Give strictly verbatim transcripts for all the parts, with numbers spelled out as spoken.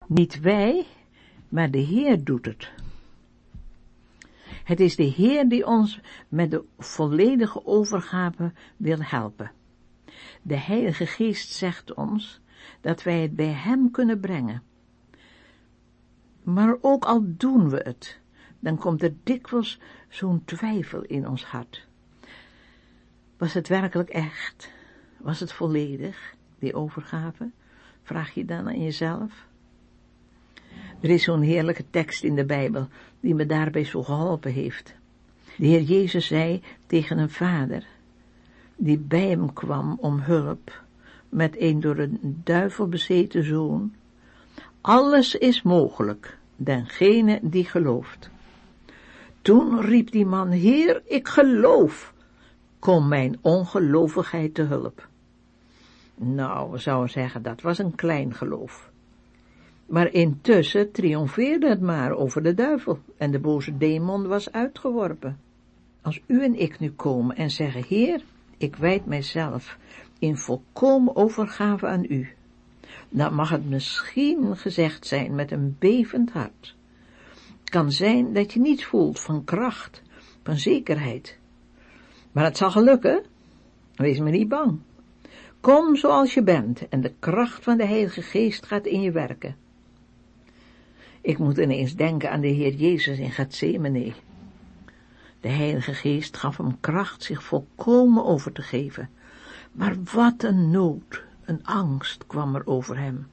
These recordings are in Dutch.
Niet wij, maar de Heer doet het. Het is de Heer die ons met de volledige overgave wil helpen. De Heilige Geest zegt ons dat wij het bij Hem kunnen brengen. Maar ook al doen we het, dan komt er dikwijls zo'n twijfel in ons hart. Was het werkelijk echt? Was het volledig, die overgave? Vraag je dan aan jezelf? Er is zo'n heerlijke tekst in de Bijbel die me daarbij zo geholpen heeft. De Heer Jezus zei tegen een vader die bij hem kwam om hulp met een door een duivel bezeten zoon: alles is mogelijk, dengene die gelooft. Toen riep die man: Heer, ik geloof, kom mijn ongelovigheid te hulp. Nou, we zouden zeggen, dat was een klein geloof. Maar intussen triomfeerde het maar over de duivel en de boze demon was uitgeworpen. Als u en ik nu komen en zeggen: Heer, ik wijd mijzelf in volkomen overgave aan u, dan mag het misschien gezegd zijn met een bevend hart. Het kan zijn dat je niets voelt van kracht, van zekerheid. Maar het zal gelukken. Wees maar niet bang. Kom zoals je bent en de kracht van de Heilige Geest gaat in je werken. Ik moet ineens denken aan de Heer Jezus in Getsemane. De Heilige Geest gaf hem kracht zich volkomen over te geven. Maar wat een nood, een angst kwam er over hem.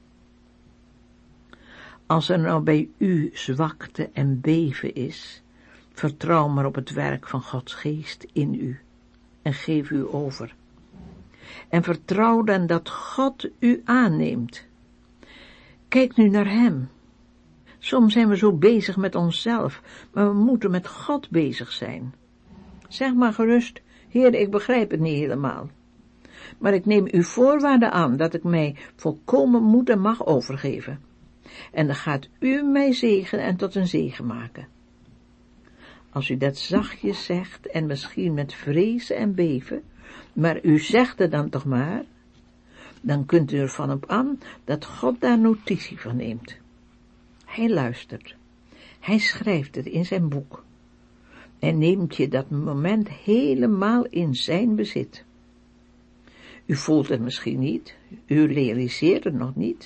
Als er nou bij u zwakte en beven is, vertrouw maar op het werk van Gods Geest in u en geef u over. En vertrouw dan dat God u aanneemt. Kijk nu naar hem. Soms zijn we zo bezig met onszelf, maar we moeten met God bezig zijn. Zeg maar gerust: Heer, ik begrijp het niet helemaal. Maar ik neem uw voorwaarden aan dat ik mij volkomen moet en mag overgeven. En dan gaat u mij zegenen en tot een zegen maken. Als u dat zachtjes zegt en misschien met vrezen en beven, maar u zegt het dan toch maar, dan kunt u ervan op aan dat God daar notitie van neemt. Hij luistert. Hij schrijft het in zijn boek. En neemt je dat moment helemaal in zijn bezit. U voelt het misschien niet, u realiseert het nog niet,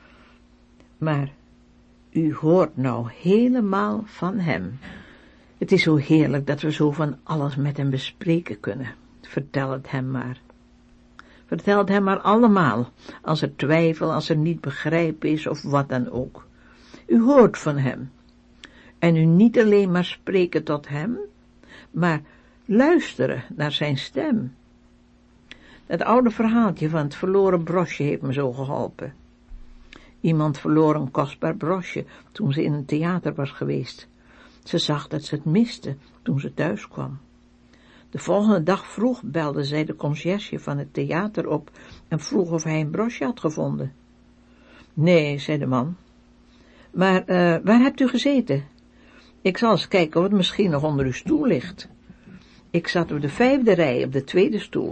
maar u hoort nou helemaal van hem. Het is zo heerlijk dat we zo van alles met hem bespreken kunnen. Vertel het hem maar. Vertel het hem maar allemaal, als er twijfel, als er niet begrijpen is of wat dan ook. U hoort van hem. En u niet alleen maar spreken tot hem, maar luisteren naar zijn stem. Het oude verhaaltje van het verloren brosje heeft me zo geholpen. Iemand verloor een kostbaar brosje toen ze in een theater was geweest. Ze zag dat ze het miste toen ze thuis kwam. De volgende dag vroeg belde zij de conciërge van het theater op en vroeg of hij een brosje had gevonden. Nee, zei de man. Maar uh, waar hebt u gezeten? Ik zal eens kijken of het misschien nog onder uw stoel ligt. Ik zat op de vijfde rij op de tweede stoel.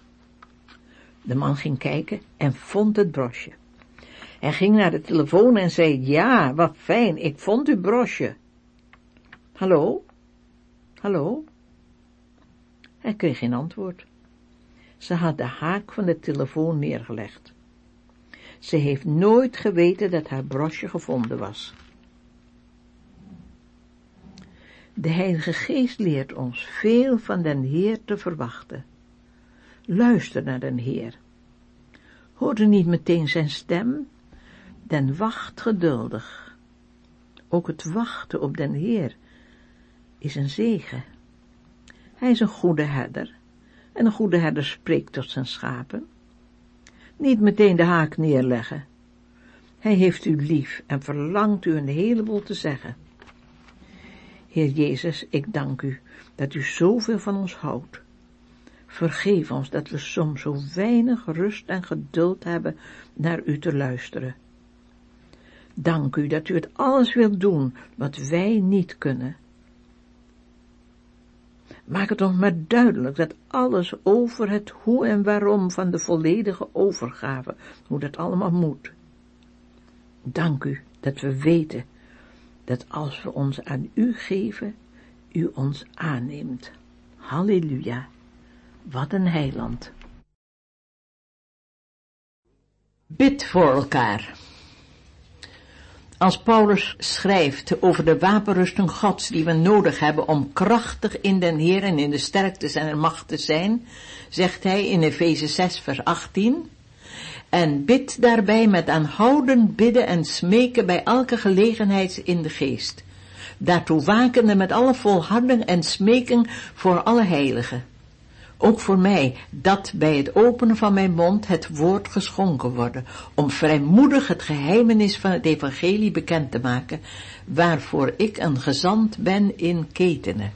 De man ging kijken en vond het brosje. Hij ging naar de telefoon en zei: ja, wat fijn, ik vond uw brosje. Hallo? Hallo? Hij kreeg geen antwoord. Ze had de haak van de telefoon neergelegd. Ze heeft nooit geweten dat haar brosje gevonden was. De Heilige Geest leert ons veel van den Heer te verwachten. Luister naar den Heer. Hoorde niet meteen zijn stem, den wacht geduldig. Ook het wachten op den Heer is een zegen. Hij is een goede herder, en een goede herder spreekt tot zijn schapen. Niet meteen de haak neerleggen. Hij heeft u lief en verlangt u een heleboel te zeggen. Heer Jezus, ik dank u dat u zoveel van ons houdt. Vergeef ons dat we soms zo weinig rust en geduld hebben naar u te luisteren. Dank u dat u het alles wilt doen wat wij niet kunnen. Maak het ons maar duidelijk dat alles over het hoe en waarom van de volledige overgave, hoe dat allemaal moet. Dank u Dat we weten dat als we ons aan u geven, u ons aanneemt. Halleluja, wat een heiland. Bid voor elkaar. Als Paulus schrijft over de wapenrusting Gods die we nodig hebben om krachtig in den Heer en in de sterkte zijner macht te zijn, zegt hij in Efeze zes vers achttien, en bid daarbij met aanhoudend bidden en smeken bij elke gelegenheid in de geest, daartoe wakende met alle volharding en smeking voor alle heiligen. Ook voor mij, dat bij het openen van mijn mond het woord geschonken worden, om vrijmoedig het geheimenis van het evangelie bekend te maken, waarvoor ik een gezant ben in ketenen.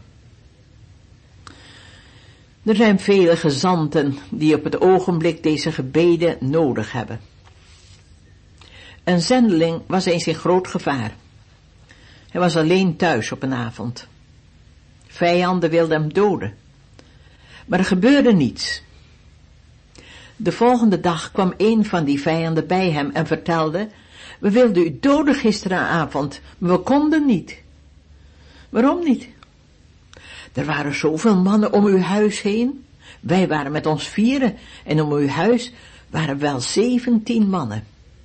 Er zijn vele gezanten die op het ogenblik deze gebeden nodig hebben. Een zendeling was eens in groot gevaar. Hij was alleen thuis op een avond. Vijanden wilden hem doden. Maar er gebeurde niets. De volgende dag kwam een van die vijanden bij hem en vertelde, we wilden u doden gisteravond, maar we konden niet. Waarom niet? Er waren zoveel mannen om uw huis heen. Wij waren met ons vieren en om uw huis waren wel zeventien mannen.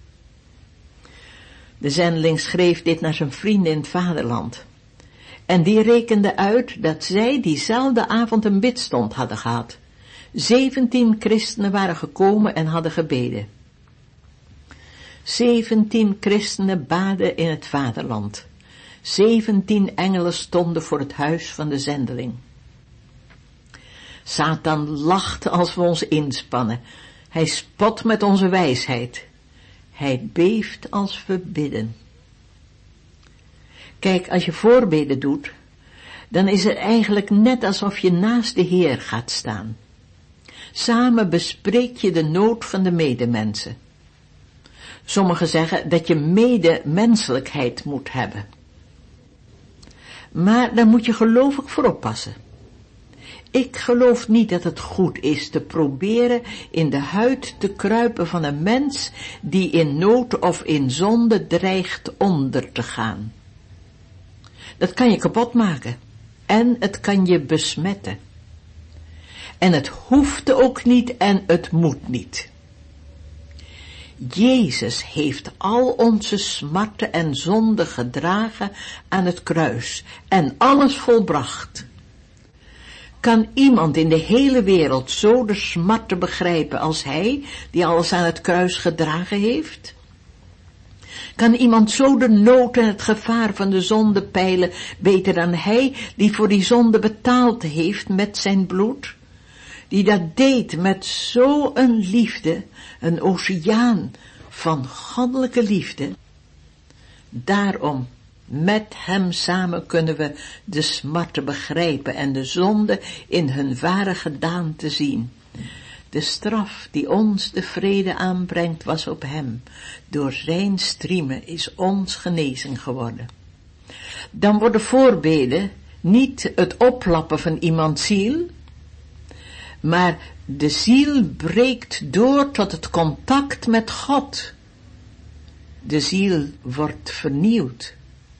De zendeling schreef dit naar zijn vrienden in het vaderland. En die rekende uit dat zij diezelfde avond een bidstond hadden gehad. Zeventien christenen waren gekomen en hadden gebeden. Zeventien christenen baden in het vaderland. Zeventien engelen stonden voor het huis van de zendeling. Satan lacht als we ons inspannen. Hij spot met onze wijsheid. Hij beeft als we bidden. Kijk, als je voorbeden doet, dan is het eigenlijk net alsof je naast de Heer gaat staan. Samen bespreek je de nood van de medemensen. Sommigen zeggen dat je medemenselijkheid moet hebben. Maar daar moet je gelovig voor oppassen. Ik geloof niet dat het goed is te proberen in de huid te kruipen van een mens die in nood of in zonde dreigt onder te gaan. Dat kan je kapot maken en het kan je besmetten. En het hoeft ook niet en het moet niet. Jezus heeft al onze smarten en zonden gedragen aan het kruis en alles volbracht. Kan iemand in de hele wereld zo de smarten begrijpen als hij, die alles aan het kruis gedragen heeft? Kan iemand zo de nood en het gevaar van de zonde peilen, beter dan hij, die voor die zonde betaald heeft met zijn bloed? Die dat deed met zo'n liefde, een oceaan van goddelijke liefde. Daarom, met hem samen kunnen we de smarten begrijpen en de zonde in hun ware gedaante zien. De straf die ons de vrede aanbrengt was op hem. Door zijn striemen is ons genezing geworden. Dan worden voorbeden niet het oplappen van iemands ziel, maar de ziel breekt door tot het contact met God. De ziel wordt vernieuwd.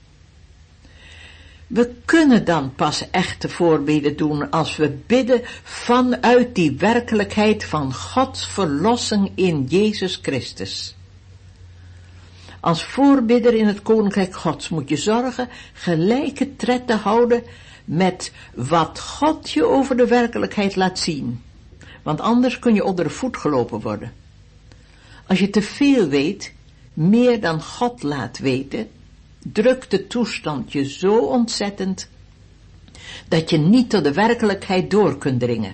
We kunnen dan pas echte voorbeden doen als we bidden vanuit die werkelijkheid van Gods verlossing in Jezus Christus. Als voorbidder in het Koninkrijk Gods moet je zorgen gelijke tred te houden met wat God je over de werkelijkheid laat zien. Want anders kun je onder de voet gelopen worden. Als je te veel weet, meer dan God laat weten, drukt de toestand je zo ontzettend, dat je niet tot de werkelijkheid door kunt dringen.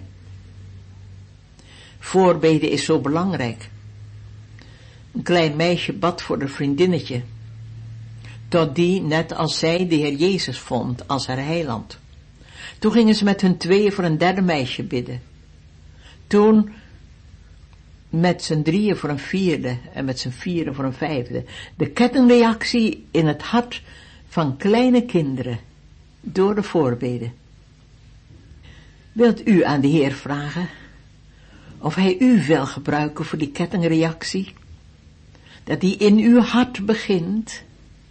Voorbeden is zo belangrijk. Een klein meisje bad voor haar vriendinnetje, tot die, net als zij, de Heer Jezus vond als haar heiland. Toen gingen ze met hun tweeën voor een derde meisje bidden. Toen met z'n drieën voor een vierde en met z'n vieren voor een vijfde. De kettingreactie in het hart van kleine kinderen door de voorbeden. Wilt u aan de Heer vragen of hij u wil gebruiken voor die kettingreactie? Dat die in uw hart begint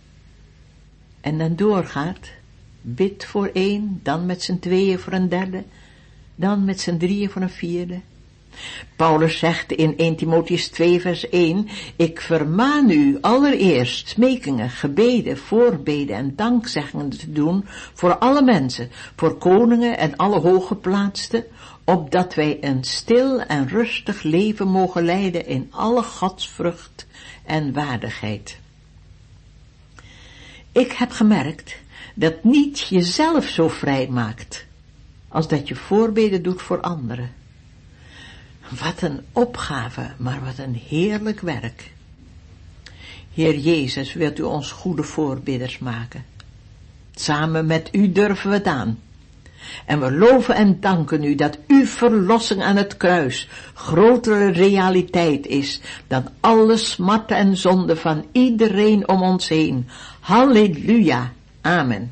en dan doorgaat, bid voor één, dan met z'n tweeën voor een derde, dan met z'n drieën voor een vierde. Paulus zegt in Eerste Timotheüs twee vers één, ik vermaan u allereerst smekingen, gebeden, voorbeden en dankzeggingen te doen voor alle mensen, voor koningen en alle hooggeplaatsten, opdat wij een stil en rustig leven mogen leiden in alle godsvrucht en waardigheid. Ik heb gemerkt dat niet jezelf zo vrij maakt, als dat je voorbeden doet voor anderen. Wat een opgave, maar wat een heerlijk werk. Heer Jezus, wilt u ons goede voorbidders maken. Samen met u durven we het aan. En we loven en danken u dat uw verlossing aan het kruis grotere realiteit is dan alle smarten en zonden van iedereen om ons heen. Halleluja. Amen.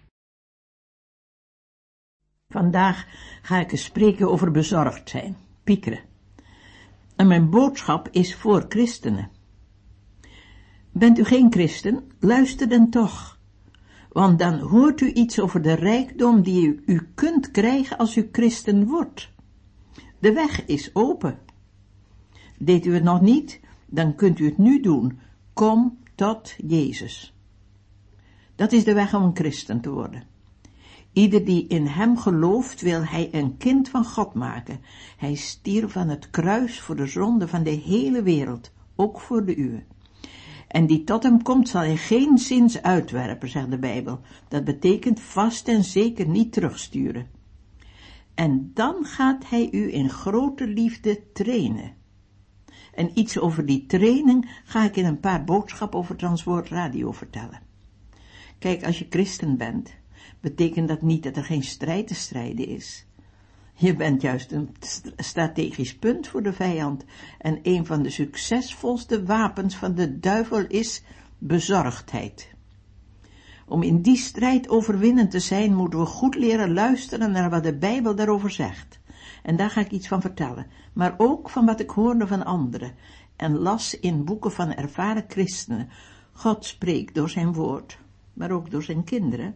Vandaag ga ik eens spreken over bezorgd zijn, piekeren. En mijn boodschap is voor christenen. Bent u geen christen? Luister dan toch. Want dan hoort u iets over de rijkdom die u, u kunt krijgen als u christen wordt. De weg is open. Deed u het nog niet, dan kunt u het nu doen. Kom tot Jezus. Dat is de weg om een christen te worden. Ieder die in hem gelooft, wil hij een kind van God maken. Hij stierf aan het kruis voor de zonde van de hele wereld, ook voor de uwe. En die tot hem komt, zal hij geen zins uitwerpen, zegt de Bijbel. Dat betekent vast en zeker niet terugsturen. En dan gaat hij u in grote liefde trainen. En iets over die training ga ik in een paar boodschappen over Transwoord Radio vertellen. Kijk, als je christen bent, betekent dat niet dat er geen strijd te strijden is. Je bent juist een strategisch punt voor de vijand. En een van de succesvolste wapens van de duivel is bezorgdheid. Om in die strijd overwinnend te zijn, moeten we goed leren luisteren naar wat de Bijbel daarover zegt. En daar ga ik iets van vertellen. Maar ook van wat ik hoorde van anderen. En las in boeken van ervaren christenen. God spreekt door zijn woord, maar ook door zijn kinderen.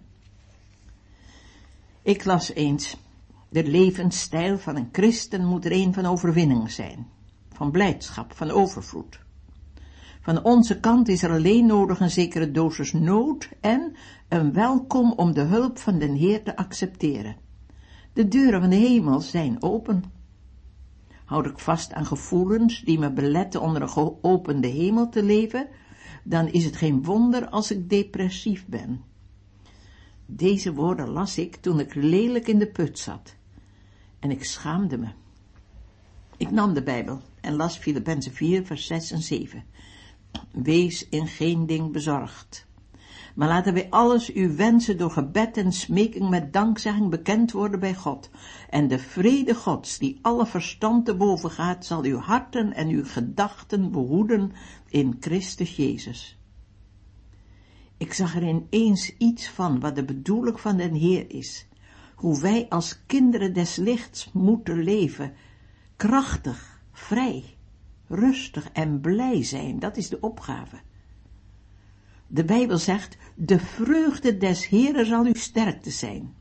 Ik las eens, de levensstijl van een christen moet er een van overwinning zijn, van blijdschap, van overvloed. Van onze kant is er alleen nodig een zekere dosis nood en een welkom om de hulp van den Heer te accepteren. De deuren van de hemel zijn open. Houd ik vast aan gevoelens die me beletten onder een geopende hemel te leven, dan is het geen wonder als ik depressief ben. Deze woorden las ik toen ik lelijk in de put zat. En ik schaamde me. Ik nam de Bijbel en las Filippenzen vier, vers zes en zeven. Wees in geen ding bezorgd. Maar laten wij alles uw wensen door gebed en smeking met dankzegging bekend worden bij God. En de vrede Gods, die alle verstand te boven gaat, zal uw harten en uw gedachten behoeden in Christus Jezus. Ik zag er ineens iets van wat de bedoeling van den Heer is. Hoe wij als kinderen des lichts moeten leven. Krachtig, vrij, rustig en blij zijn. Dat is de opgave. De Bijbel zegt, de vreugde des Heeren zal uw sterkte zijn.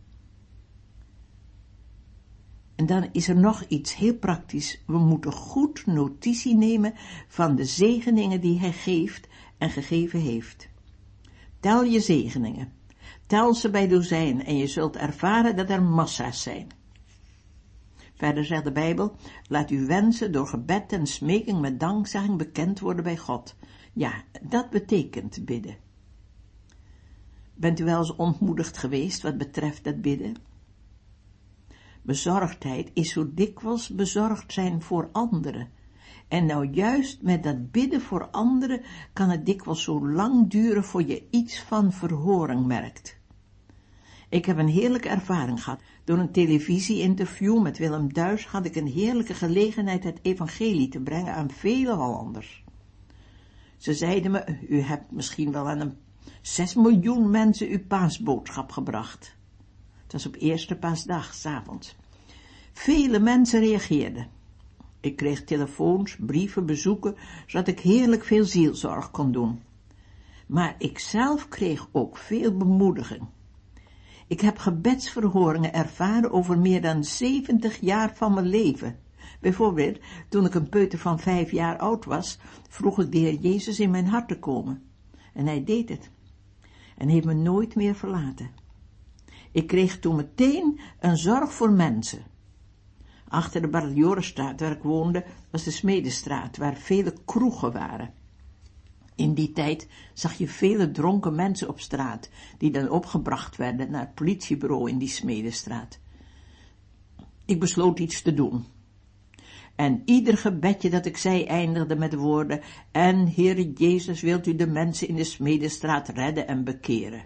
En dan is er nog iets heel praktisch. We moeten goed notitie nemen van de zegeningen die hij geeft en gegeven heeft. Tel je zegeningen. Tel ze bij dozijn en je zult ervaren dat er massa's zijn. Verder zegt de Bijbel, laat uw wensen door gebed en smeking met dankzegging bekend worden bij God. Ja, dat betekent bidden. Bent u wel eens ontmoedigd geweest wat betreft dat bidden? Bezorgdheid is zo dikwijls bezorgd zijn voor anderen. En nou juist met dat bidden voor anderen kan het dikwijls zo lang duren voor je iets van verhoring merkt. Ik heb een heerlijke ervaring gehad. Door een televisie-interview met Willem Duis had ik een heerlijke gelegenheid het evangelie te brengen aan vele Hollanders. Ze zeiden me, u hebt misschien wel aan een zes miljoen mensen uw paasboodschap gebracht. Het was op eerste paasdag, 's avonds. Vele mensen reageerden. Ik kreeg telefoons, brieven, bezoeken, zodat ik heerlijk veel zielzorg kon doen. maar ik zelf kreeg ook veel bemoediging. Ik heb gebedsverhoringen ervaren over meer dan zeventig jaar van mijn leven. Bijvoorbeeld, toen ik een peuter van vijf jaar oud was, vroeg ik de Heer Jezus in mijn hart te komen. En hij deed het. En heeft me nooit meer verlaten. Ik kreeg toen meteen een zorg voor mensen. Achter de Barreljorenstraat waar ik woonde, was de Smedestraat, waar vele kroegen waren. In die tijd zag je vele dronken mensen op straat, die dan opgebracht werden naar het politiebureau in die Smedestraat. Ik besloot iets te doen. En ieder gebedje dat ik zei eindigde met de woorden: en Heere Jezus, wilt u de mensen in de Smedestraat redden en bekeren.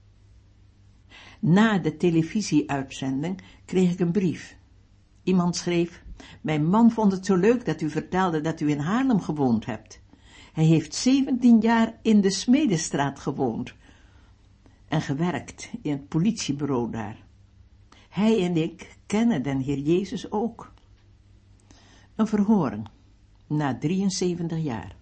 Na de televisieuitzending kreeg ik een brief. Iemand schreef: mijn man vond het zo leuk dat u vertelde dat u in Haarlem gewoond hebt. Hij heeft zeventien jaar in de Smedestraat gewoond en gewerkt in het politiebureau daar. Hij en ik kennen den Heer Jezus ook. Een verhoring, na drieënzeventig jaar.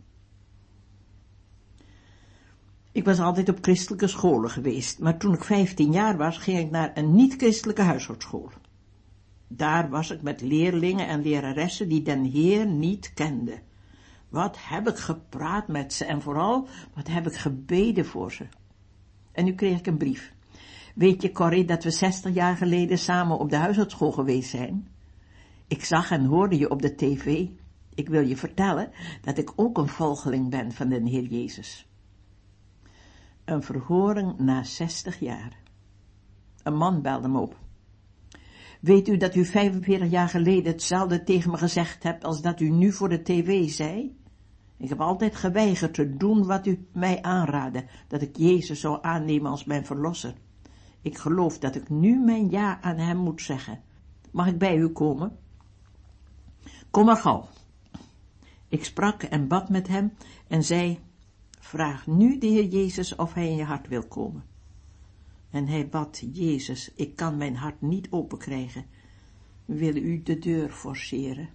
Ik was altijd op christelijke scholen geweest, maar toen ik vijftien jaar was, ging ik naar een niet-christelijke huishoudschool. Daar was ik met leerlingen en leraressen die den Heer niet kenden. Wat heb ik gepraat met ze en vooral, wat heb ik gebeden voor ze. En nu kreeg ik een brief. Weet je, Corrie, dat we zestig jaar geleden samen op de huishoudschool geweest zijn? Ik zag en hoorde je op de tv. Ik wil je vertellen dat ik ook een volgeling ben van de Heer Jezus. Een verhoring na zestig jaar. Een man belde me op. Weet u dat u vijfenveertig jaar geleden hetzelfde tegen me gezegd hebt als dat u nu voor de tv zei? Ik heb altijd geweigerd te doen wat u mij aanraadde, dat ik Jezus zou aannemen als mijn verlosser. Ik geloof dat ik nu mijn ja aan hem moet zeggen. Mag ik bij u komen? Kom maar gauw. Ik sprak en bad met hem en zei: vraag nu de Heer Jezus of hij in je hart wil komen. En hij bad: Jezus, ik kan mijn hart niet open krijgen. Wil u de deur forceren?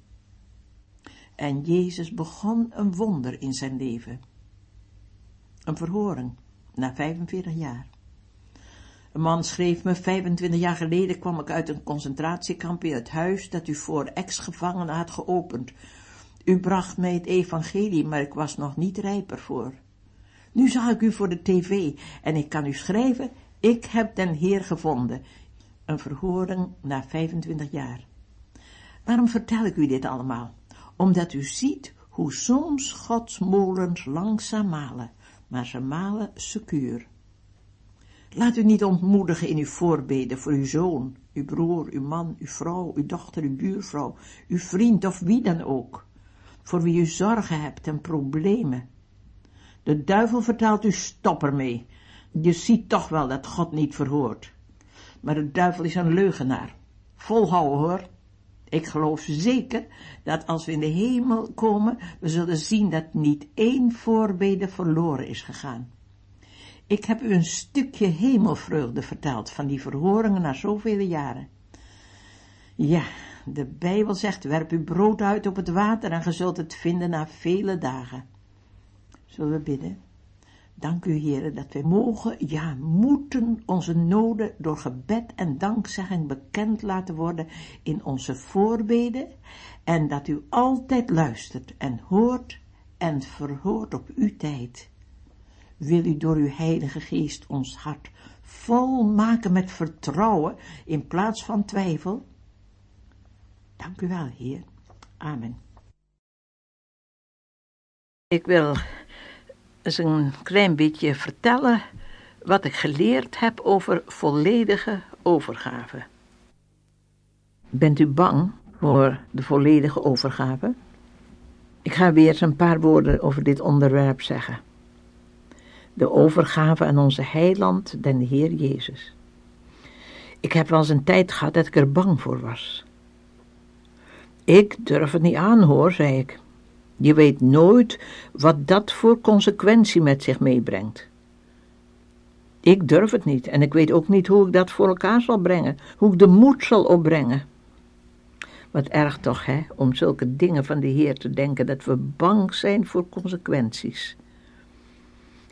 En Jezus begon een wonder in zijn leven. Een verhoring, na vijfenveertig jaar. Een man schreef me: vijfentwintig jaar geleden kwam ik uit een concentratiekamp in het huis dat u voor ex-gevangenen had geopend. U bracht mij het evangelie, maar ik was nog niet rijp ervoor. Nu zag ik u voor de tv en ik kan u schrijven: ik heb den Heer gevonden. Een verhoring na vijfentwintig jaar. Waarom vertel ik u dit allemaal? Omdat u ziet hoe soms Gods molens langzaam malen, maar ze malen secuur. Laat u niet ontmoedigen in uw voorbeden voor uw zoon, uw broer, uw man, uw vrouw, uw dochter, uw buurvrouw, uw vriend of wie dan ook, voor wie u zorgen hebt en problemen. De duivel vertelt u: stop ermee. Je ziet toch wel dat God niet verhoort. Maar de duivel is een leugenaar. Volhouden hoor. Ik geloof zeker dat als we in de hemel komen, we zullen zien dat niet één voorbede verloren is gegaan. Ik heb u een stukje hemelvreugde verteld van die verhoringen na zoveel jaren. Ja, de Bijbel zegt: werp uw brood uit op het water en ge zult het vinden na vele dagen. Zullen we bidden? Dank u, Heere, dat wij mogen, ja, moeten onze noden door gebed en dankzegging bekend laten worden in onze voorbeden, en dat u altijd luistert en hoort en verhoort op uw tijd. Wil u door uw Heilige Geest ons hart vol maken met vertrouwen in plaats van twijfel? Dank u wel, Heer. Amen. Ik wil eens een klein beetje vertellen wat ik geleerd heb over volledige overgave. Bent u bang voor de volledige overgave? Ik ga weer eens een paar woorden over dit onderwerp zeggen. De overgave aan onze heiland, den Heer Jezus. Ik heb wel eens een tijd gehad dat ik er bang voor was. Ik durf het niet aan, hoor, zei ik. Je weet nooit wat dat voor consequentie met zich meebrengt. Ik durf het niet en ik weet ook niet hoe ik dat voor elkaar zal brengen, hoe ik de moed zal opbrengen. Wat erg toch, hè, om zulke dingen van de Heer te denken, dat we bang zijn voor consequenties.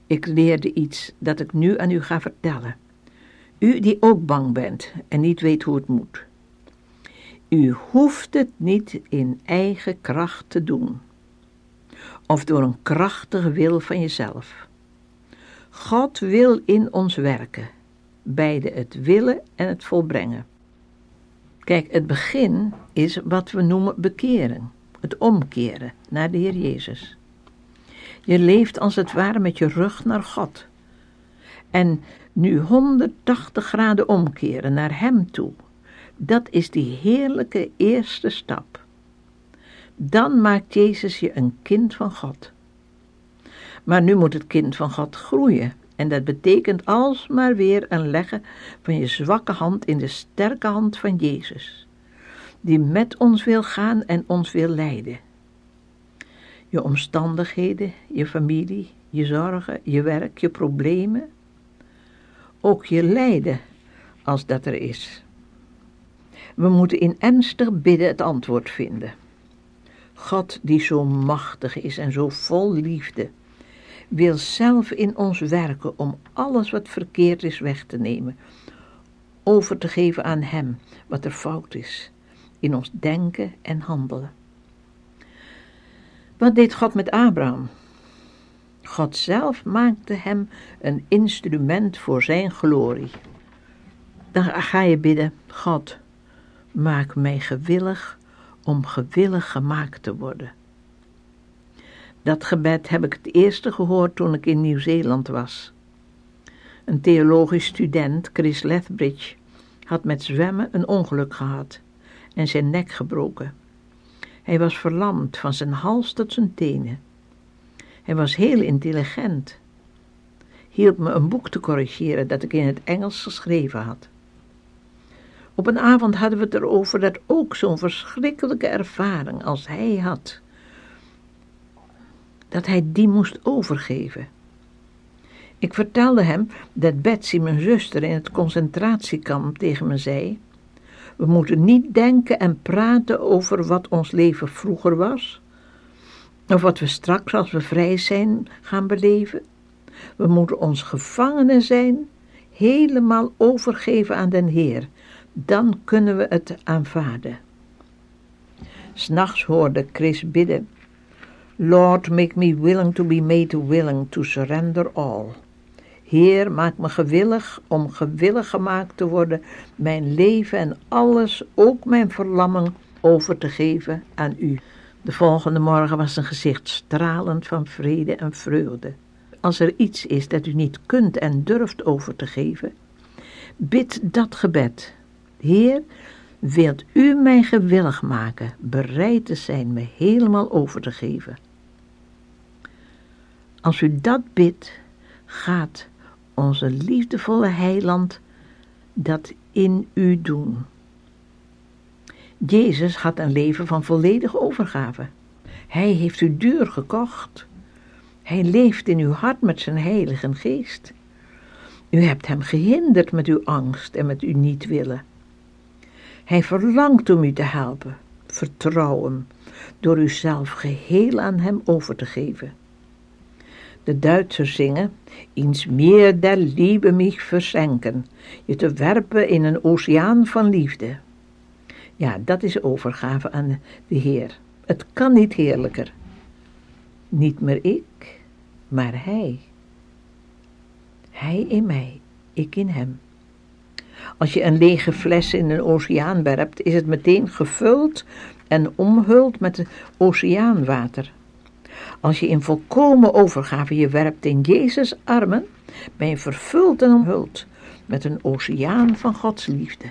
Ik leerde iets dat ik nu aan u ga vertellen. U die ook bang bent en niet weet hoe het moet. U hoeft het niet in eigen kracht te doen, of door een krachtige wil van jezelf. God wil in ons werken, beide het willen en het volbrengen. Kijk, het begin is wat we noemen bekeren, het omkeren naar de Heer Jezus. Je leeft als het ware met je rug naar God. En nu honderdtachtig graden omkeren naar Hem toe. Dat is die heerlijke eerste stap. Dan maakt Jezus je een kind van God. Maar nu moet het kind van God groeien. En dat betekent alsmaar weer een leggen van je zwakke hand in de sterke hand van Jezus. Die met ons wil gaan en ons wil leiden. Je omstandigheden, je familie, je zorgen, je werk, je problemen. Ook je lijden, als dat er is. We moeten in ernstig bidden het antwoord vinden. God, die zo machtig is en zo vol liefde, wil zelf in ons werken om alles wat verkeerd is weg te nemen, over te geven aan Hem wat er fout is, in ons denken en handelen. Wat deed God met Abraham? God zelf maakte hem een instrument voor zijn glorie. Dan ga je bidden, God, maak mij gewillig om gewillig gemaakt te worden. Dat gebed heb ik het eerste gehoord toen ik in Nieuw-Zeeland was. Een theologisch student, Chris Lethbridge, had met zwemmen een ongeluk gehad en zijn nek gebroken. Hij was verlamd van zijn hals tot zijn tenen. Hij was heel intelligent. Hielp me een boek te corrigeren dat ik in het Engels geschreven had. Op een avond hadden we het erover dat ook zo'n verschrikkelijke ervaring als hij had, dat hij die moest overgeven. Ik vertelde hem dat Betsy, mijn zuster, in het concentratiekamp tegen me zei: we moeten niet denken en praten over wat ons leven vroeger was, of wat we straks als we vrij zijn gaan beleven. We moeten ons gevangenen zijn, helemaal overgeven aan den Heer. Dan kunnen we het aanvaarden. 'S Nachts hoorde Chris bidden: Lord, make me willing to be made willing to surrender all. Heer, maak me gewillig om gewillig gemaakt te worden, mijn leven en alles, ook mijn verlamming, over te geven aan u. De volgende morgen was zijn gezicht stralend van vrede en vreugde. Als er iets is dat u niet kunt en durft over te geven, bid dat gebed. Heer, wilt u mij gewillig maken, bereid te zijn me helemaal over te geven. Als u dat bidt, gaat onze liefdevolle Heiland dat in u doen. Jezus had een leven van volledige overgave. Hij heeft u duur gekocht. Hij leeft in uw hart met zijn Heilige Geest. U hebt hem gehinderd met uw angst en met uw niet willen. Hij verlangt om u te helpen. Vertrouw hem, door uzelf geheel aan hem over te geven. De Duitsers zingen: Ins Meer der Liebe mich versenken, je te werpen in een oceaan van liefde. Ja, dat is overgave aan de Heer. Het kan niet heerlijker. Niet meer ik, maar Hij. Hij in mij, ik in Hem. Als je een lege fles in een oceaan werpt, is het meteen gevuld en omhuld met oceaanwater. Als je in volkomen overgave je werpt in Jezus' armen, ben je vervuld en omhuld met een oceaan van Gods liefde.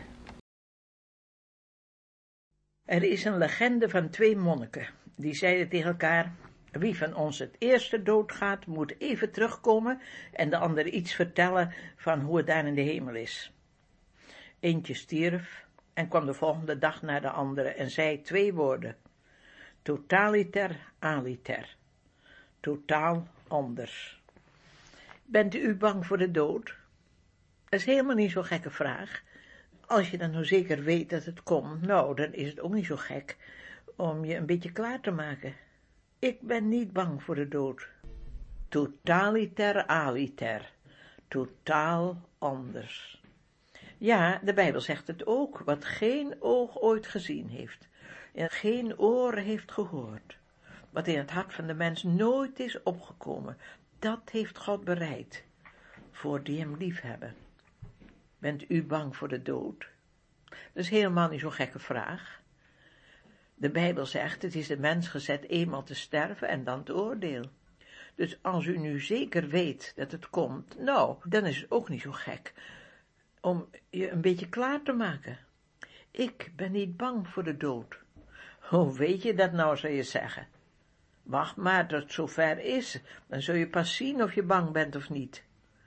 Er is een legende van twee monniken, die zeiden tegen elkaar: wie van ons het eerste doodgaat, moet even terugkomen en de ander iets vertellen van hoe het daar in de hemel is. Eentje stierf en kwam de volgende dag naar de andere en zei twee woorden: totaliter aliter. Totaal anders. Bent u bang voor de dood? Dat is helemaal niet zo'n gekke vraag. Als je dan nou zeker weet dat het komt, nou, dan is het ook niet zo gek om je een beetje klaar te maken. Ik ben niet bang voor de dood. Totaliter aliter. Totaal anders. Ja, de Bijbel zegt het ook, wat geen oog ooit gezien heeft en geen oor heeft gehoord, wat in het hart van de mens nooit is opgekomen, dat heeft God bereid voor die hem liefhebben. Bent u bang voor de dood? Dat is helemaal niet zo'n gekke vraag. De Bijbel zegt, het is de mens gezet eenmaal te sterven en dan te oordeel. Dus als u nu zeker weet dat het komt, nou, dan is het ook niet zo gek om je een beetje klaar te maken. Ik ben niet bang voor de dood. Hoe weet je dat nou, zou je zeggen? Wacht maar tot het zover is, dan zul je pas zien of je bang bent of niet.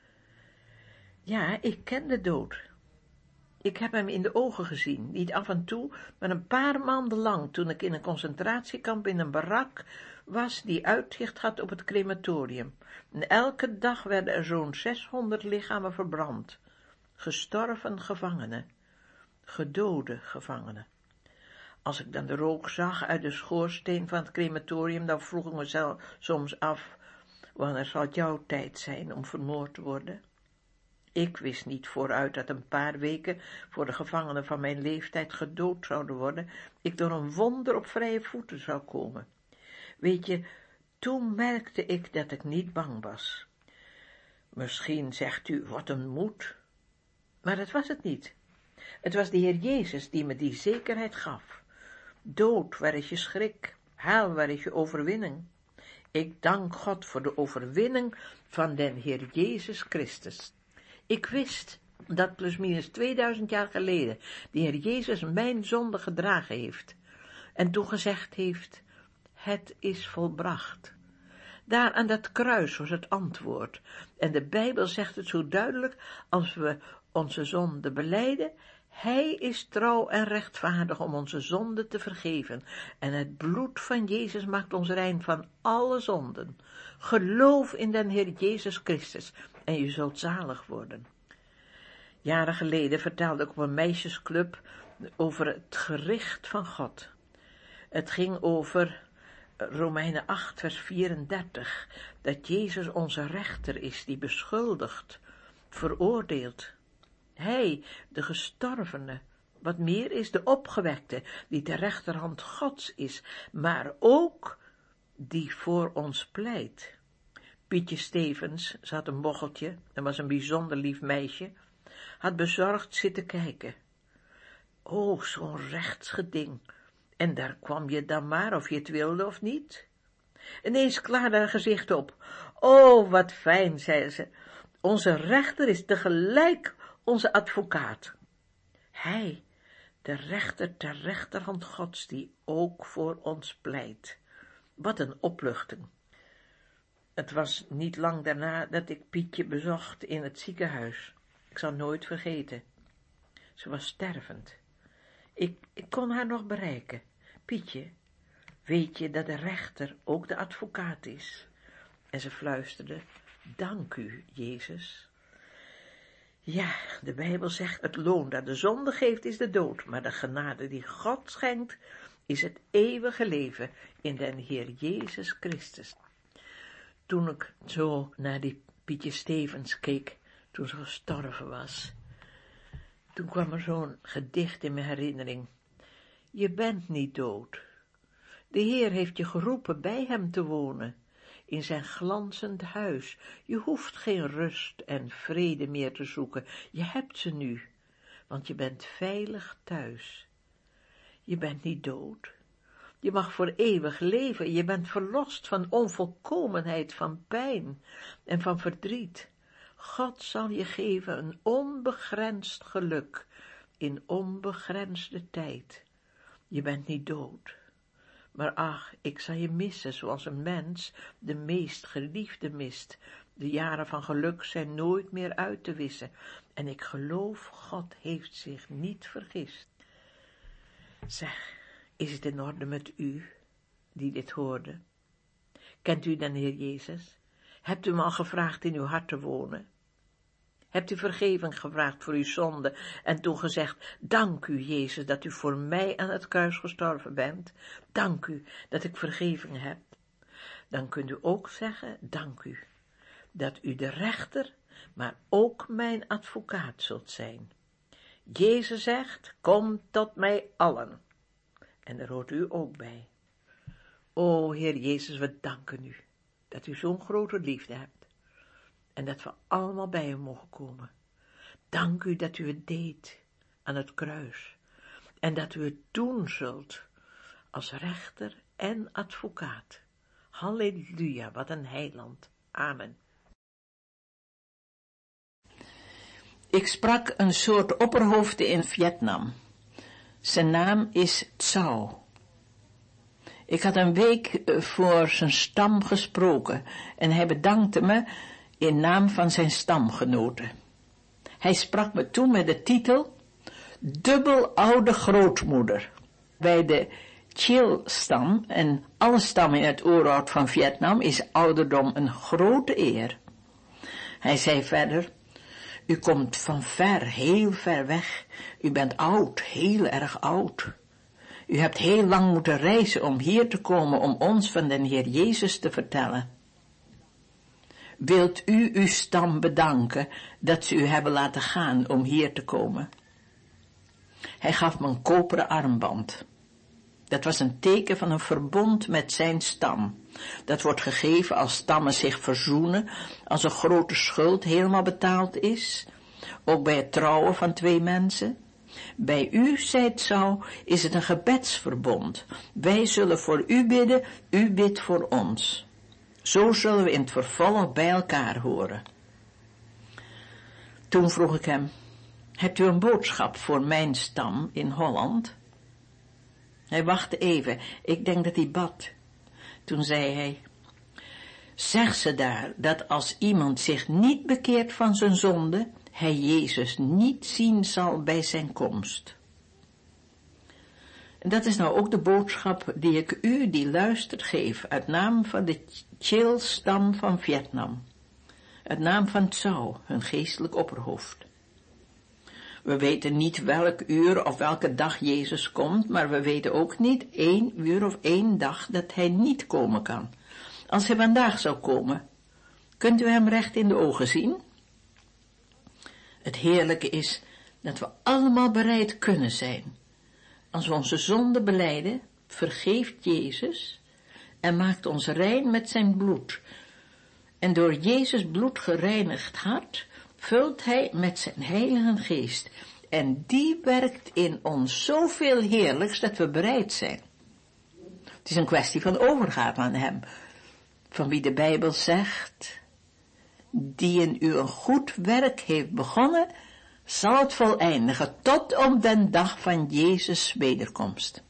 Ja, ik ken de dood. Ik heb hem in de ogen gezien, niet af en toe, maar een paar maanden lang, toen ik in een concentratiekamp in een barak was, die uitzicht had op het crematorium. En elke dag werden er zo'n zeshonderd lichamen verbrand. Gestorven gevangenen, gedode gevangenen. Als ik dan de rook zag uit de schoorsteen van het crematorium, dan vroeg ik mezelf soms af, wanneer zal het jouw tijd zijn om vermoord te worden? Ik wist niet vooruit dat een paar weken voor de gevangenen van mijn leeftijd gedood zouden worden, ik door een wonder op vrije voeten zou komen. Weet je, toen merkte ik dat ik niet bang was. Misschien zegt u, wat een moed. Maar dat was het niet. Het was de Heer Jezus die me die zekerheid gaf. Dood, waar is je schrik? Hel, waar is je overwinning? Ik dank God voor de overwinning van den Heer Jezus Christus. Ik wist dat plusminus tweeduizend jaar geleden de Heer Jezus mijn zonde gedragen heeft en toen gezegd heeft, het is volbracht. Daar aan dat kruis was het antwoord en de Bijbel zegt het zo duidelijk, als we onze zonde belijden, hij is trouw en rechtvaardig om onze zonde te vergeven en het bloed van Jezus maakt ons rein van alle zonden. Geloof in den Heer Jezus Christus en je zult zalig worden. Jaren geleden vertelde ik op een meisjesclub over het gericht van God. Het ging over Romeinen acht vers vierendertig, dat Jezus onze rechter is die beschuldigt, veroordeelt. Hij, de gestorvene, wat meer is, de opgewekte, die ter rechterhand Gods is, maar ook die voor ons pleit. Pietje Stevens, ze had een bocheltje, en was een bijzonder lief meisje, had bezorgd zitten kijken. Oh, zo'n rechtsgeding, en daar kwam je dan maar, of je het wilde of niet. Ineens klaarde haar gezicht op. Oh, wat fijn, zei ze, onze rechter is tegelijk onze advocaat. Hij, de rechter ter rechterhand Gods, die ook voor ons pleit. Wat een opluchting. Het was niet lang daarna dat ik Pietje bezocht in het ziekenhuis. Ik zal nooit vergeten. Ze was stervend. Ik, ik kon haar nog bereiken. Pietje, weet je dat de rechter ook de advocaat is? En ze fluisterde, dank u, Jezus. Ja, de Bijbel zegt, het loon dat de zonde geeft is de dood, maar de genade die God schenkt is het eeuwige leven in den Heer Jezus Christus. Toen ik zo naar die Pietje Stevens keek, toen ze gestorven was, toen kwam er zo'n gedicht in mijn herinnering. Je bent niet dood. De Heer heeft je geroepen bij hem te wonen, in zijn glanzend huis. Je hoeft geen rust en vrede meer te zoeken, je hebt ze nu, want je bent veilig thuis. Je bent niet dood. Je mag voor eeuwig leven, je bent verlost van onvolkomenheid, van pijn en van verdriet. God zal je geven een onbegrensd geluk in onbegrensde tijd. Je bent niet dood. Maar ach, ik zal je missen zoals een mens de meest geliefde mist. De jaren van geluk zijn nooit meer uit te wissen. En ik geloof, God heeft zich niet vergist. Zeg, is het in orde met u, die dit hoorde? Kent u den Heer Jezus? Hebt u hem al gevraagd in uw hart te wonen? Hebt u vergeving gevraagd voor uw zonde en toen gezegd, dank u, Jezus, dat u voor mij aan het kruis gestorven bent. Dank u dat ik vergeving heb. Dan kunt u ook zeggen, dank u dat u de rechter, maar ook mijn advocaat zult zijn. Jezus zegt, kom tot mij allen. En daar hoort u ook bij. O Heer Jezus, we danken u, dat u zo'n grote liefde hebt. En dat we allemaal bij u mogen komen. Dank u dat u het deed aan het kruis. En dat u het doen zult als rechter en advocaat. Halleluja, wat een heiland. Amen. Ik sprak een soort opperhoofde in Vietnam. Zijn naam is Tsao. Ik had een week voor zijn stam gesproken en hij bedankte me in naam van zijn stamgenoten. Hij sprak me toen met de titel Dubbel oude grootmoeder. Bij de Chil-stam en alle stammen in het oerwoud van Vietnam is ouderdom een grote eer. Hij zei verder, u komt van ver, heel ver weg. U bent oud, heel erg oud. U hebt heel lang moeten reizen om hier te komen om ons van den Heer Jezus te vertellen. Wilt u uw stam bedanken dat ze u hebben laten gaan om hier te komen? Hij gaf me een koperen armband. Dat was een teken van een verbond met zijn stam. Dat wordt gegeven als stammen zich verzoenen, als een grote schuld helemaal betaald is. Ook bij het trouwen van twee mensen. Bij u, zei Tsao, is het een gebedsverbond. Wij zullen voor u bidden, u bidt voor ons. Zo zullen we in het vervolg bij elkaar horen. Toen vroeg ik hem, hebt u een boodschap voor mijn stam in Holland? Hij wachtte even, ik denk dat hij bad. Toen zei hij, zeg ze daar dat als iemand zich niet bekeert van zijn zonde, hij Jezus niet zien zal bij zijn komst. En dat is nou ook de boodschap die ik u die luistert geef, uit naam van de Chil-stam van Vietnam, uit naam van Tsao, hun geestelijk opperhoofd. We weten niet welk uur of welke dag Jezus komt, maar we weten ook niet één uur of één dag dat hij niet komen kan. Als hij vandaag zou komen, kunt u hem recht in de ogen zien? Het heerlijke is dat we allemaal bereid kunnen zijn. Als we onze zonde belijden, vergeeft Jezus en maakt ons rein met zijn bloed. En door Jezus bloed gereinigd hart, vult hij met zijn heilige geest. En die werkt in ons zoveel heerlijks dat we bereid zijn. Het is een kwestie van overgave aan hem. Van wie de Bijbel zegt, die in u een goed werk heeft begonnen, zal het voleindigen tot op den dag van Jezus' wederkomst.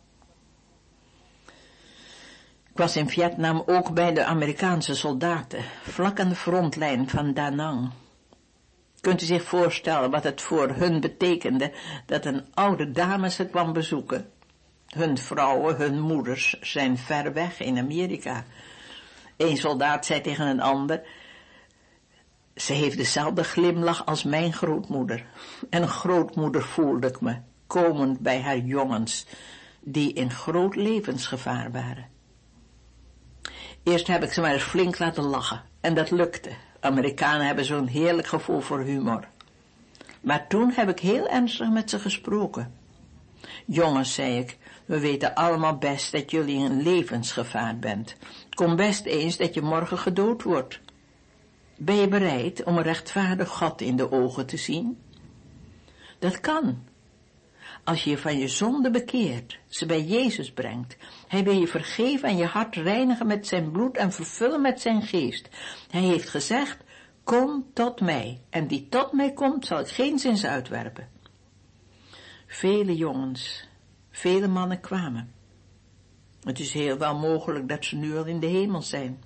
Ik was in Vietnam ook bij de Amerikaanse soldaten, vlak aan de frontlijn van Da Nang. Kunt u zich voorstellen wat het voor hun betekende dat een oude dame ze kwam bezoeken? Hun vrouwen, hun moeders zijn ver weg in Amerika. Een soldaat zei tegen een ander, ze heeft dezelfde glimlach als mijn grootmoeder. En grootmoeder voelde ik me, komend bij haar jongens, die in groot levensgevaar waren. Eerst heb ik ze maar eens flink laten lachen, en dat lukte. Amerikanen hebben zo'n heerlijk gevoel voor humor. Maar toen heb ik heel ernstig met ze gesproken. Jongens, zei ik, we weten allemaal best dat jullie in levensgevaar bent. Het kon best eens dat je morgen gedood wordt. Ben je bereid om een rechtvaardig God in de ogen te zien? Dat kan. Als je je van je zonde bekeert, ze bij Jezus brengt. Hij wil je vergeven en je hart reinigen met zijn bloed en vervullen met zijn geest. Hij heeft gezegd, kom tot mij. En die tot mij komt, zal ik geen zins uitwerpen. Vele jongens, vele mannen kwamen. Het is heel wel mogelijk dat ze nu al in de hemel zijn.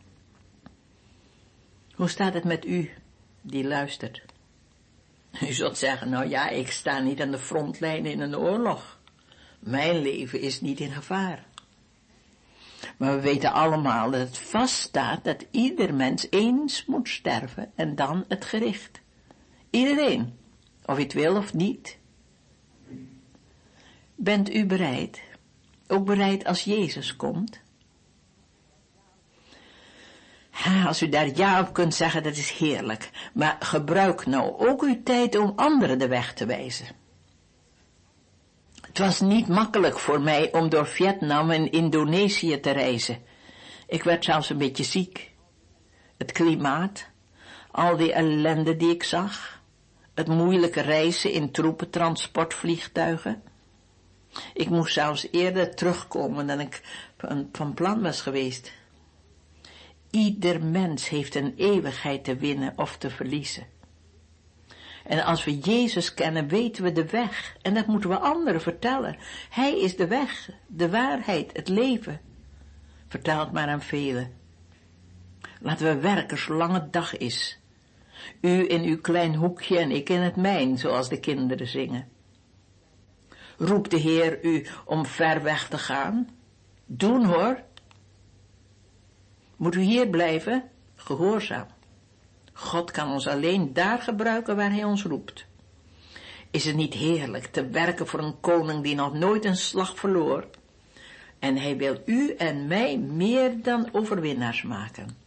Hoe staat het met u, die luistert? U zult zeggen, nou ja, ik sta niet aan de frontlijn in een oorlog. Mijn leven is niet in gevaar. Maar we weten allemaal dat het vaststaat dat ieder mens eens moet sterven en dan het gericht. Iedereen, of je het wil of niet. Bent u bereid? Ook bereid als Jezus komt? Als u daar ja op kunt zeggen, dat is heerlijk. Maar gebruik nou ook uw tijd om anderen de weg te wijzen. Het was niet makkelijk voor mij om door Vietnam en Indonesië te reizen. Ik werd zelfs een beetje ziek. Het klimaat, al die ellende die ik zag, het moeilijke reizen in troepentransportvliegtuigen. Ik moest zelfs eerder terugkomen dan ik van, van plan was geweest. Ieder mens heeft een eeuwigheid te winnen of te verliezen. En als we Jezus kennen, weten we de weg. En dat moeten we anderen vertellen. Hij is de weg, de waarheid, het leven. Vertel het maar aan velen. Laten we werken zolang het dag is. U in uw klein hoekje en ik in het mijn, zoals de kinderen zingen. Roept de Heer u om ver weg te gaan? Doen hoor. Moet u hier blijven? Gehoorzaam. God kan ons alleen daar gebruiken waar hij ons roept. Is het niet heerlijk te werken voor een koning die nog nooit een slag verloor? En hij wil u en mij meer dan overwinnaars maken.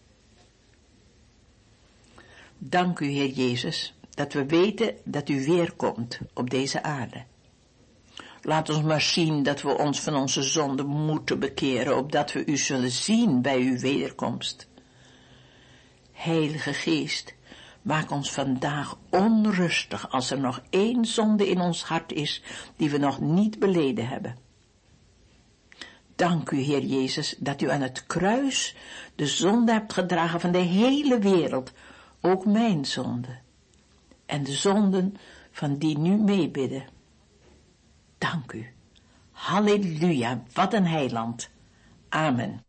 Dank u, Heer Jezus, dat we weten dat u weerkomt op deze aarde. Laat ons maar zien dat we ons van onze zonde moeten bekeren, opdat we u zullen zien bij uw wederkomst. Heilige Geest, maak ons vandaag onrustig als er nog één zonde in ons hart is die we nog niet beleden hebben. Dank u, Heer Jezus, dat u aan het kruis de zonde hebt gedragen van de hele wereld, ook mijn zonde, en de zonden van die nu meebidden. Dank u. Halleluja, wat een heiland. Amen.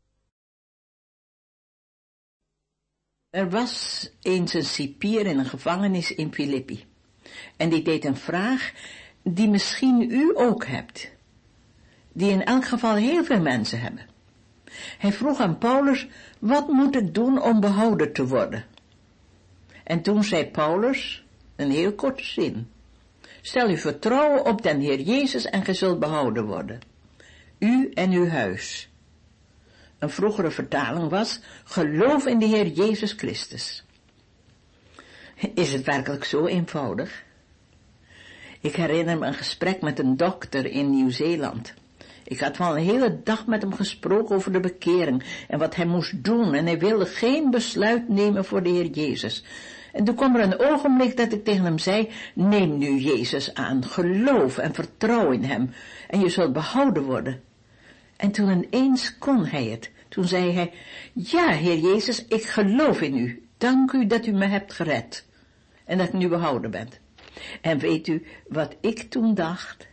Er was eens een cipier in een gevangenis in Filippi. En die deed een vraag die misschien u ook hebt. Die in elk geval heel veel mensen hebben. Hij vroeg aan Paulus, wat moet ik doen om behouden te worden? En toen zei Paulus, een heel korte zin. Stel uw vertrouwen op den Heer Jezus en ge zult behouden worden. U en uw huis. Een vroegere vertaling was, geloof in de Heer Jezus Christus. Is het werkelijk zo eenvoudig? Ik herinner me een gesprek met een dokter in Nieuw-Zeeland. Ik had wel een hele dag met hem gesproken over de bekering en wat hij moest doen en hij wilde geen besluit nemen voor de Heer Jezus. En toen kwam er een ogenblik dat ik tegen hem zei, neem nu Jezus aan, geloof en vertrouw in hem en je zult behouden worden. En toen ineens kon hij het. Toen zei hij, ja, Heer Jezus, ik geloof in u. Dank u dat u me hebt gered. En dat ik nu behouden ben. En weet u wat ik toen dacht?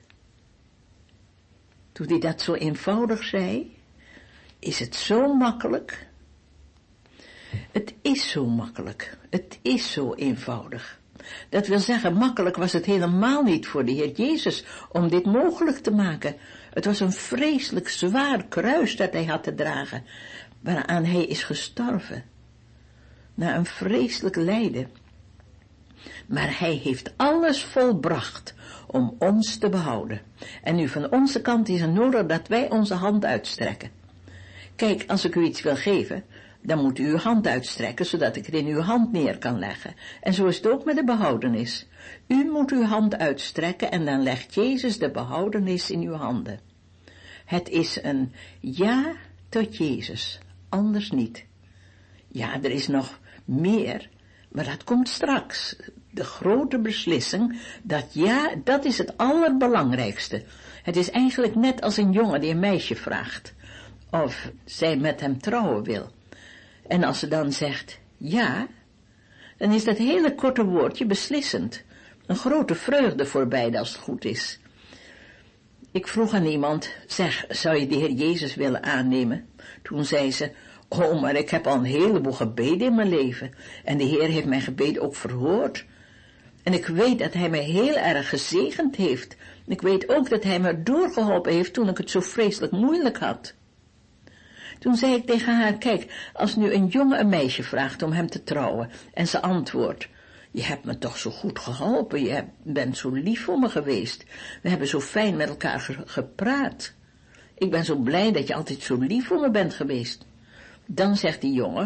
Toen hij dat zo eenvoudig zei, is het zo makkelijk. Het is zo makkelijk. Het is zo eenvoudig. Dat wil zeggen, makkelijk was het helemaal niet voor de Heer Jezus om dit mogelijk te maken. Het was een vreselijk zwaar kruis dat hij had te dragen, waaraan hij is gestorven. Na een vreselijk lijden. Maar hij heeft alles volbracht om ons te behouden. En nu van onze kant is het nodig dat wij onze hand uitstrekken. Kijk, als ik u iets wil geven, dan moet u uw hand uitstrekken, zodat ik het in uw hand neer kan leggen. En zo is het ook met de behoudenis. U moet uw hand uitstrekken en dan legt Jezus de behoudenis in uw handen. Het is een ja tot Jezus, anders niet. Ja, er is nog meer, maar dat komt straks. De grote beslissing, dat ja, dat is het allerbelangrijkste. Het is eigenlijk net als een jongen die een meisje vraagt of zij met hem trouwen wil. En als ze dan zegt ja, dan is dat hele korte woordje beslissend. Een grote vreugde voor beide als het goed is. Ik vroeg aan iemand, zeg, zou je de Heer Jezus willen aannemen? Toen zei ze, oh, maar ik heb al een heleboel gebeden in mijn leven. En de Heer heeft mijn gebed ook verhoord. En ik weet dat hij mij heel erg gezegend heeft. Ik weet ook dat hij me doorgeholpen heeft toen ik het zo vreselijk moeilijk had. Toen zei ik tegen haar, kijk, als nu een jongen een meisje vraagt om hem te trouwen, en ze antwoordt, je hebt me toch zo goed geholpen, je bent zo lief voor me geweest, we hebben zo fijn met elkaar ge- gepraat. Ik ben zo blij dat je altijd zo lief voor me bent geweest. Dan zegt die jongen,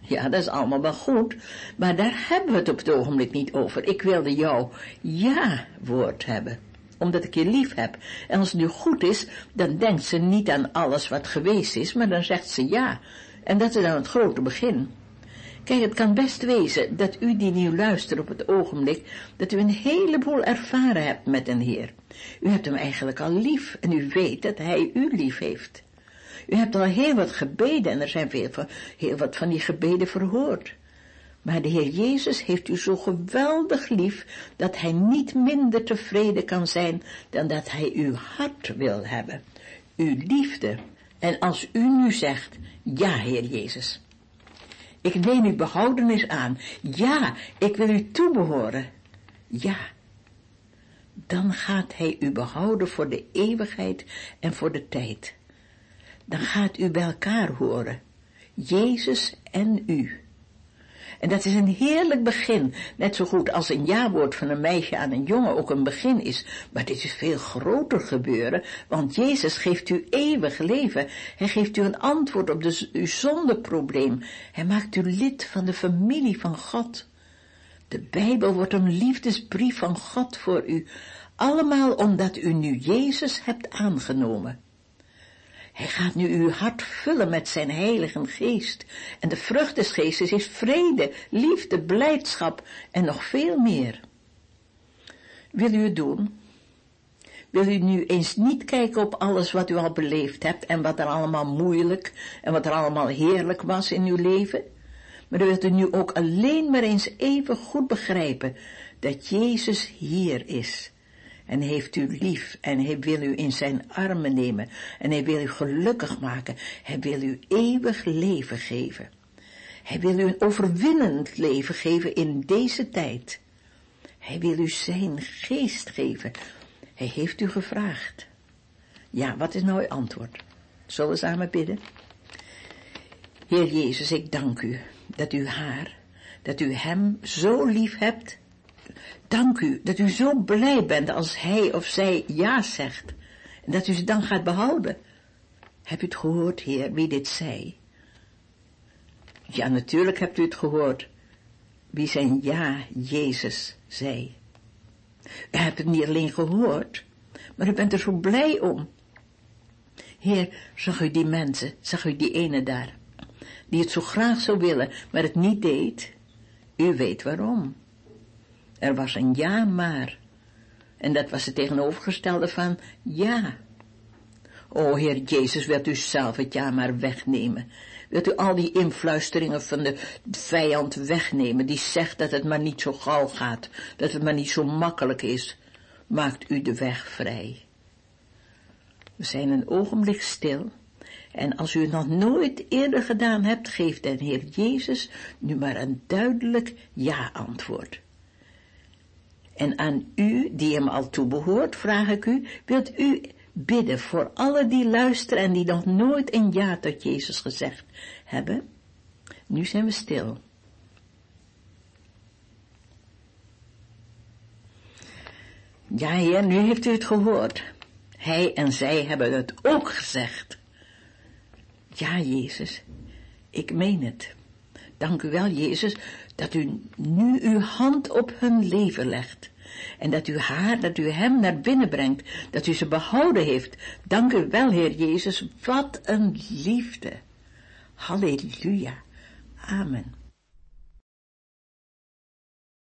Ja, dat is allemaal wel goed, maar daar hebben we het op het ogenblik niet over. Ik wilde jouw ja-woord hebben, omdat ik je lief heb. En als het nu goed is, dan denkt ze niet aan alles wat geweest is, maar dan zegt ze ja. En dat is dan het grote begin. Kijk, het kan best wezen dat u die nu luistert op het ogenblik, dat u een heleboel ervaren hebt met een Heer. U hebt hem eigenlijk al lief en u weet dat hij u lief heeft. U hebt al heel wat gebeden en er zijn veel van, heel wat van die gebeden verhoord. Maar de Heer Jezus heeft u zo geweldig lief dat hij niet minder tevreden kan zijn dan dat hij uw hart wil hebben. Uw liefde. En als u nu zegt, ja Heer Jezus, ik neem uw behoudenis aan. Ja, ik wil u toebehoren. Ja. Dan gaat hij u behouden voor de eeuwigheid en voor de tijd. Dan gaat u bij elkaar horen. Jezus en u. En dat is een heerlijk begin. Net zo goed als een ja-woord van een meisje aan een jongen ook een begin is. Maar dit is veel groter gebeuren. Want Jezus geeft u eeuwig leven. Hij geeft u een antwoord op de, uw zondeprobleem. Hij maakt u lid van de familie van God. De Bijbel wordt een liefdesbrief van God voor u. Allemaal omdat u nu Jezus hebt aangenomen. Hij gaat nu uw hart vullen met zijn heilige geest. En de vrucht des geestes is vrede, liefde, blijdschap en nog veel meer. Wil u het doen? Wil u nu eens niet kijken op alles wat u al beleefd hebt en wat er allemaal moeilijk en wat er allemaal heerlijk was in uw leven? Maar dan wilt u nu ook alleen maar eens even goed begrijpen dat Jezus hier is. En heeft u lief en hij wil u in zijn armen nemen en hij wil u gelukkig maken. Hij wil u eeuwig leven geven. Hij wil u een overwinnend leven geven in deze tijd. Hij wil u zijn geest geven. Hij heeft u gevraagd. Ja, wat is nou uw antwoord? Zullen we samen bidden? Heer Jezus, ik dank u dat u haar, dat u hem zo lief hebt. Dank u dat u zo blij bent als hij of zij ja zegt. En dat u ze dan gaat behouden. Hebt u het gehoord, Heer, wie dit zei? Ja, natuurlijk hebt u het gehoord. Wie zijn ja, Jezus, zei. U hebt het niet alleen gehoord, maar u bent er zo blij om. Heer, zag u die mensen, zag u die ene daar, die het zo graag zou willen, maar het niet deed? U weet waarom. Er was een ja maar. En dat was het tegenovergestelde van ja. O Heer Jezus, wilt u zelf het ja maar wegnemen? Wilt u al die influisteringen van de vijand wegnemen, die zegt dat het maar niet zo gauw gaat, dat het maar niet zo makkelijk is? Maakt u de weg vrij. We zijn een ogenblik stil. En als u het nog nooit eerder gedaan hebt, geeft de Heer Jezus nu maar een duidelijk ja-antwoord. En aan u, die hem al toebehoort, vraag ik u, wilt u bidden voor alle die luisteren en die nog nooit een ja tot Jezus gezegd hebben? Nu zijn we stil. Ja, Heer, nu heeft u het gehoord. Hij en zij hebben het ook gezegd. Ja, Jezus, ik meen het. Dank u wel, Jezus, dat u nu uw hand op hun leven legt. En dat u haar, dat u hem naar binnen brengt, dat u ze behouden heeft. Dank u wel, Heer Jezus, wat een liefde. Halleluja. Amen.